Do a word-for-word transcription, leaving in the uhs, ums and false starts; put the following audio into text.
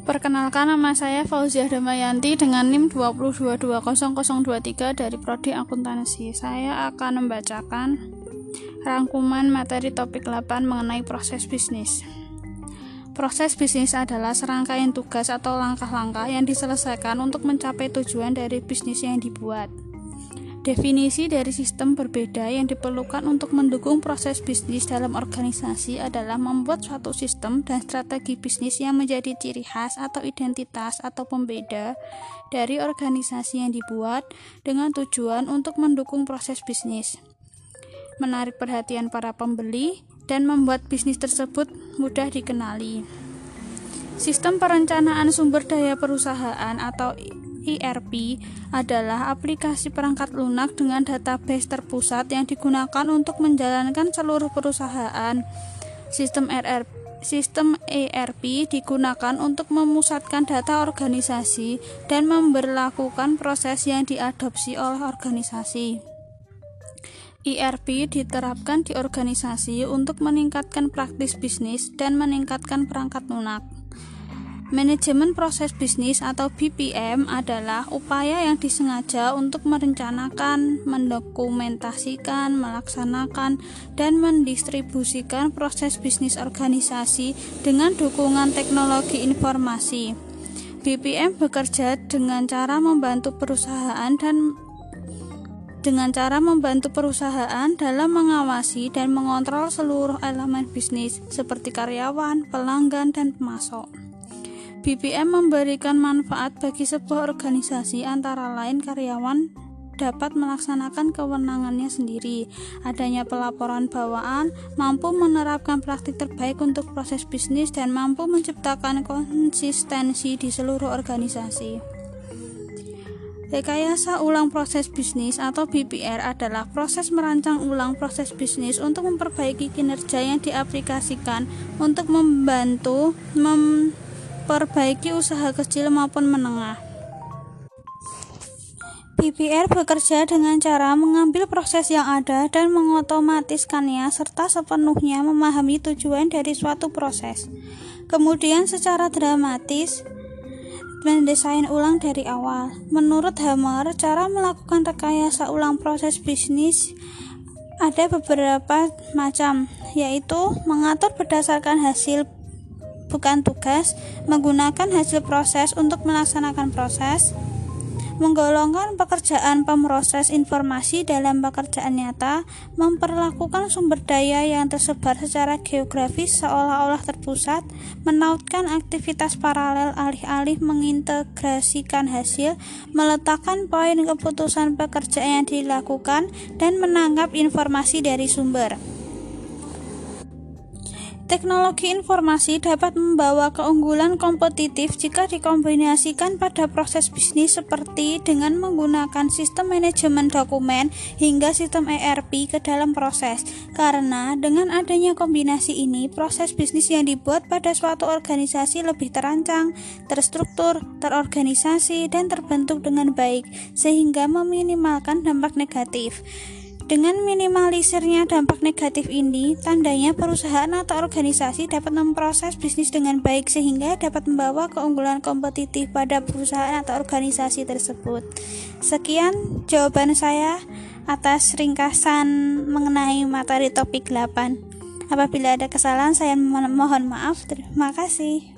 Perkenalkan, nama saya Fauziah Damayanti dengan NIM dua nol dua dua nol nol dua tiga dari Prodi Akuntansi. Saya akan membacakan rangkuman materi topik delapan mengenai proses bisnis. Proses bisnis adalah serangkaian tugas atau langkah-langkah yang diselesaikan untuk mencapai tujuan dari bisnis yang dibuat. Definisi dari sistem berbeda yang diperlukan untuk mendukung proses bisnis dalam organisasi adalah membuat suatu sistem dan strategi bisnis yang menjadi ciri khas atau identitas atau pembeda dari organisasi yang dibuat dengan tujuan untuk mendukung proses bisnis, menarik perhatian para pembeli, dan membuat bisnis tersebut mudah dikenali. Sistem perencanaan sumber daya perusahaan atau E R P adalah aplikasi perangkat lunak dengan database terpusat yang digunakan untuk menjalankan seluruh perusahaan. Sistem R R P Sistem E R P digunakan untuk memusatkan data organisasi dan memberlakukan proses yang diadopsi oleh organisasi. E R P diterapkan di organisasi untuk meningkatkan praktis bisnis dan meningkatkan perangkat lunak. Manajemen proses bisnis atau B P M adalah upaya yang disengaja untuk merencanakan, mendokumentasikan, melaksanakan, dan mendistribusikan proses bisnis organisasi dengan dukungan teknologi informasi. B P M bekerja dengan cara membantu perusahaan dan dengan cara membantu perusahaan dalam mengawasi dan mengontrol seluruh elemen bisnis seperti karyawan, pelanggan, dan pemasok. B P M memberikan manfaat bagi sebuah organisasi, antara lain karyawan dapat melaksanakan kewenangannya sendiri, adanya pelaporan bawaan, mampu menerapkan praktik terbaik untuk proses bisnis, dan mampu menciptakan konsistensi di seluruh organisasi. Rekayasa ulang proses bisnis atau B P R adalah proses merancang ulang proses bisnis untuk memperbaiki kinerja yang diaplikasikan untuk membantu mem perbaiki usaha kecil maupun menengah. B P R bekerja dengan cara mengambil proses yang ada dan mengotomatiskannya serta sepenuhnya memahami tujuan dari suatu proses. Kemudian secara dramatis mendesain ulang dari awal. Menurut Hammer, cara melakukan rekayasa ulang proses bisnis ada beberapa macam, yaitu mengatur berdasarkan hasil bukan tugas, menggunakan hasil proses untuk melaksanakan proses, menggolongkan pekerjaan pemroses informasi dalam pekerjaan nyata, memperlakukan sumber daya yang tersebar secara geografis seolah-olah terpusat, menautkan aktivitas paralel alih-alih mengintegrasikan hasil, meletakkan poin keputusan pekerjaan yang dilakukan, dan menangkap informasi dari sumber. Teknologi informasi dapat membawa keunggulan kompetitif jika dikombinasikan pada proses bisnis seperti dengan menggunakan sistem manajemen dokumen hingga sistem E R P ke dalam proses. Karena dengan adanya kombinasi ini, proses bisnis yang dibuat pada suatu organisasi lebih terancang, terstruktur, terorganisasi, dan terbentuk dengan baik, sehingga meminimalkan dampak negatif. Dengan minimalisirnya dampak negatif ini, tandanya perusahaan atau organisasi dapat memproses bisnis dengan baik sehingga dapat membawa keunggulan kompetitif pada perusahaan atau organisasi tersebut. Sekian jawaban saya atas ringkasan mengenai materi topik delapan. Apabila ada kesalahan, saya mohon maaf. Terima kasih.